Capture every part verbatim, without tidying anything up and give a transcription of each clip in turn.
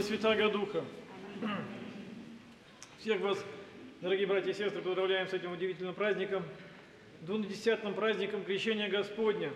Святаго Духа. Всех вас, дорогие братья и сестры, поздравляем с этим удивительным праздником, двунадесятым праздником Крещения Господня.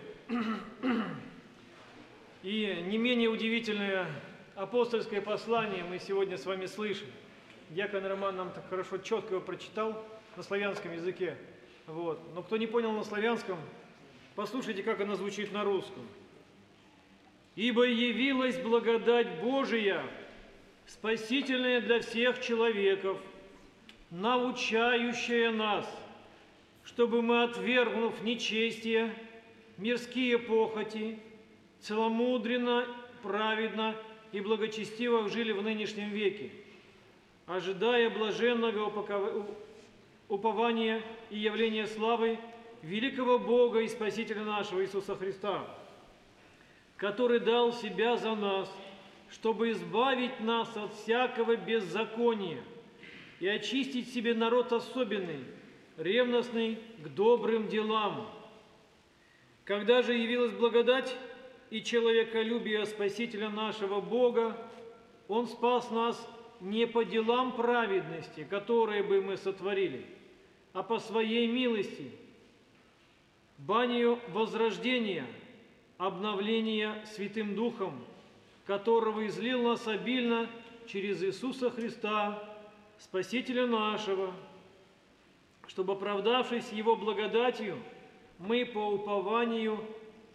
И не менее удивительное апостольское послание мы сегодня с вами слышим. Дьякон Роман нам так хорошо, четко его прочитал на славянском языке. Вот. Но кто не понял на славянском, послушайте, как оно звучит на русском. «Ибо явилась благодать Божия, спасительная для всех человеков, научающая нас, чтобы мы, отвергнув нечестие, мирские похоти, целомудренно, праведно и благочестиво жили в нынешнем веке, ожидая блаженного упования и явления славы великого Бога и Спасителя нашего Иисуса Христа, который дал Себя за нас, чтобы избавить нас от всякого беззакония и очистить себе народ особенный, ревностный к добрым делам. Когда же явилась благодать и человеколюбие Спасителя нашего Бога, Он спас нас не по делам праведности, которые бы мы сотворили, а по Своей милости, банию возрождения, обновления Святым Духом, которого излил нас обильно через Иисуса Христа, Спасителя нашего, чтобы, оправдавшись Его благодатью, мы по упованию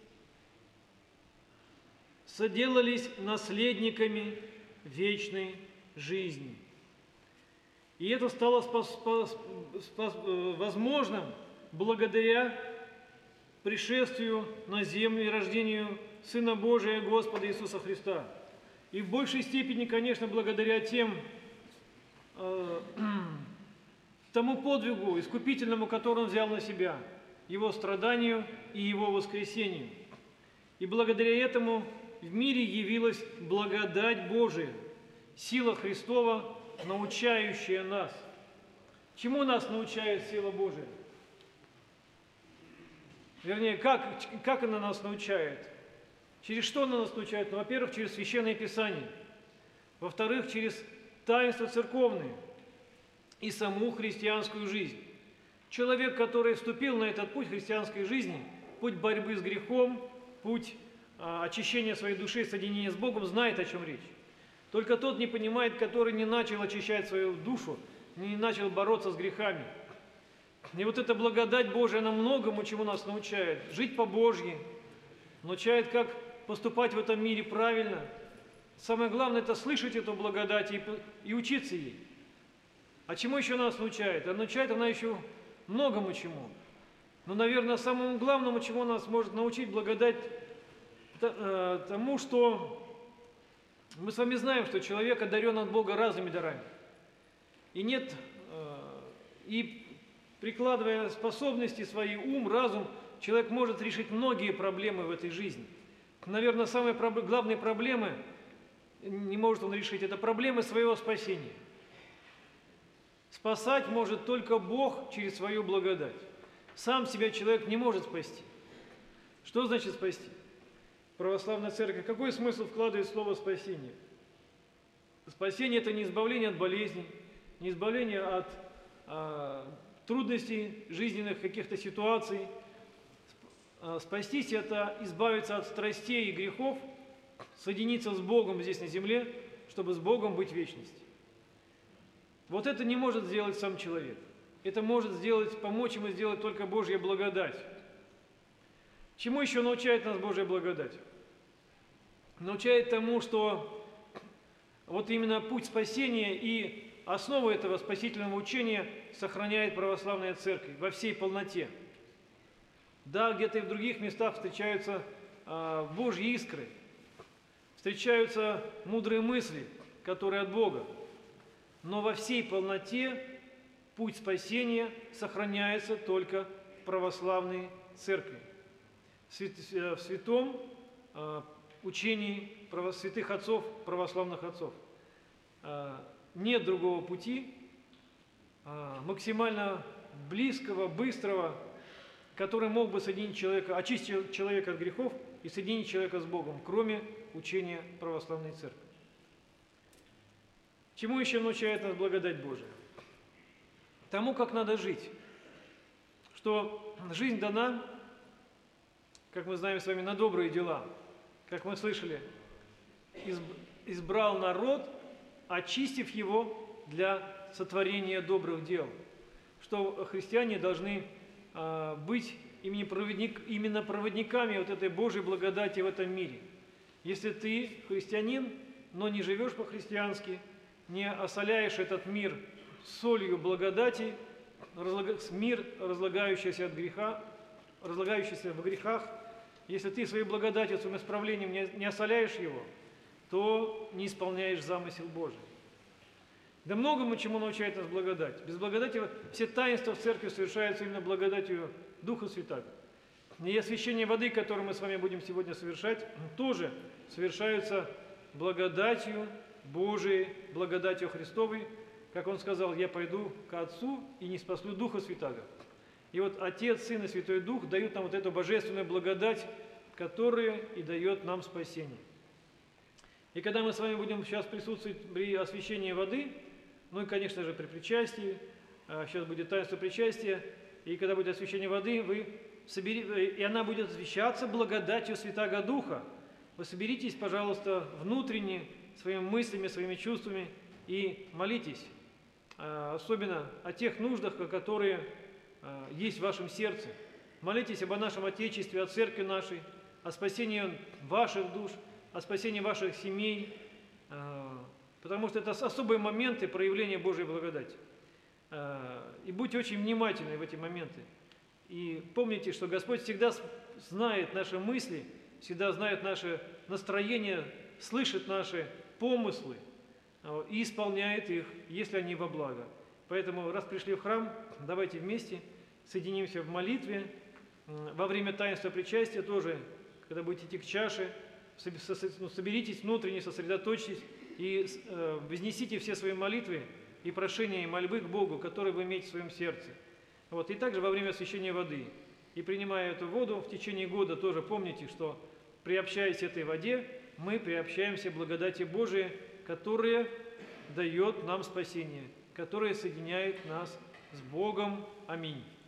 соделались наследниками вечной жизни. И это стало спас, спас, спас, возможным благодаря пришествию на землю и рождению Сына Божия Господа Иисуса Христа. И в большей степени, конечно, благодаря тем, э, тому подвигу искупительному, который Он взял на Себя, Его страданию и Его воскресению. И благодаря этому в мире явилась благодать Божия, сила Христова, научающая нас. Чему нас научает сила Божия? Вернее, как, как она нас научает? Через что она нас научает? Ну, во-первых, через Священное Писание. Во-вторых, через таинства церковные и саму христианскую жизнь. Человек, который вступил на этот путь христианской жизни, путь борьбы с грехом, путь а, очищения своей души, соединения с Богом, знает, о чем речь. Только тот не понимает, который не начал очищать свою душу, не начал бороться с грехами. И вот эта благодать Божия, она многому чему нас научает. Жить по-божьи, научает, как поступать в этом мире правильно. Самое главное – это слышать эту благодать и, и учиться ей. А чему еще нас научает? А научает она еще многому чему. Но, наверное, самому главному, чему нас может научить благодать, тому, что мы с вами знаем, что человек одарен от Бога разными дарами. И нет, и прикладывая способности свои, ум, разум, человек может решить многие проблемы в этой жизни. Наверное, самые проб... главные проблемы не может он решить, это проблемы своего спасения. Спасать может только Бог через свою благодать. Сам себя человек не может спасти. Что значит спасти? Православная церковь, какой смысл вкладывает в слово «спасение»? Спасение – это не избавление от болезней, не избавление от а, трудностей, жизненных каких-то ситуаций. Спастись – это избавиться от страстей и грехов, соединиться с Богом здесь на земле, чтобы с Богом быть в вечности. Вот это не может сделать сам человек. Это может сделать, помочь ему сделать только Божья благодать. Чему еще научает нас Божья благодать? Научает тому, что вот именно путь спасения и основу этого спасительного учения сохраняет православная церковь во всей полноте. Да, где-то и в других местах встречаются а, Божьи искры, встречаются мудрые мысли, которые от Бога. Но во всей полноте путь спасения сохраняется только в православной церкви. В святом а, учении святых отцов, православных отцов. А, нет другого пути, а, максимально близкого, быстрого, который мог бы соединить человека, очистить человека от грехов и соединить человека с Богом, кроме учения православной церкви. Чему еще научает нас благодать Божия? Тому, как надо жить. Что жизнь дана, как мы знаем с вами, на добрые дела. Как мы слышали, избрал народ, очистив его для сотворения добрых дел. Что христиане должны э, быть именно, проводник, именно проводниками вот этой Божьей благодати в этом мире. Если ты христианин, но не живешь по-христиански, не осоляешь этот мир солью благодати, мир, разлагающийся от греха, разлагающийся в грехах, если ты своей благодатью, своим исправлением не, не осоляешь его, то не исполняешь замысел Божий. Да многому чему научает нас благодать. Без благодати все таинства в церкви совершаются именно благодатью Духа Святаго. И освящение воды, которое мы с вами будем сегодня совершать, тоже совершаются благодатью Божией, благодатью Христовой. Как Он сказал, я пойду к Отцу и не спаслю Духа Святаго. И вот Отец, Сын и Святой Дух дают нам вот эту божественную благодать, которая и дает нам спасение. И когда мы с вами будем сейчас присутствовать при освящении воды, ну и, конечно же, при причастии, сейчас будет таинство причастия, и когда будет освящение воды, вы собери, и она будет освящаться благодатью Святаго Духа. Вы соберитесь, пожалуйста, внутренне, своими мыслями, своими чувствами и молитесь, особенно о тех нуждах, которые есть в вашем сердце. Молитесь об нашем Отечестве, о Церкви нашей, о спасении ваших душ, о спасении ваших семей, потому что это особые моменты проявления Божьей благодати. И будьте очень внимательны в эти моменты. И помните, что Господь всегда знает наши мысли, всегда знает наше настроение, слышит наши помыслы и исполняет их, если они во благо. Поэтому, раз пришли в храм, давайте вместе соединимся в молитве. Во время таинства причастия тоже, когда будете идти к чаше, соберитесь внутренне, сосредоточьтесь и вознесите все свои молитвы и прошения и мольбы к Богу, которые вы имеете в своем сердце. Вот. И также во время освящения воды. И принимая эту воду в течение года, тоже помните, что приобщаясь к этой воде, мы приобщаемся к благодати Божией, которая дает нам спасение, которая соединяет нас с Богом. Аминь.